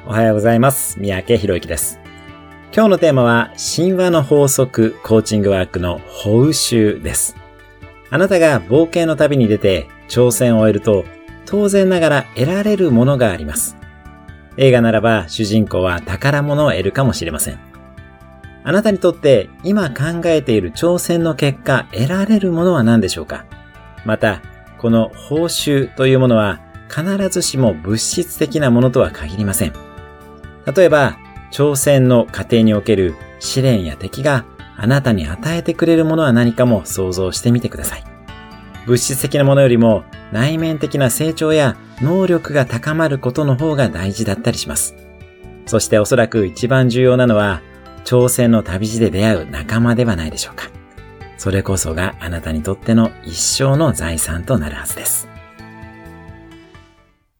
おはようございます。三宅宏之です。今日のテーマは神話の法則コーチングワークの報酬です。あなたが冒険の旅に出て挑戦を終えると当然ながら得られるものがあります。映画ならば主人公は宝物を得るかもしれません。あなたにとって今考えている挑戦の結果得られるものは何でしょうか？またこの報酬というものは必ずしも物質的なものとは限りません。例えば挑戦の過程における試練や敵があなたに与えてくれるものは何かも想像してみてください。物質的なものよりも内面的な成長や能力が高まることの方が大事だったりします。そしておそらく一番重要なのは挑戦の旅路で出会う仲間ではないでしょうか。それこそがあなたにとっての一生の財産となるはずです。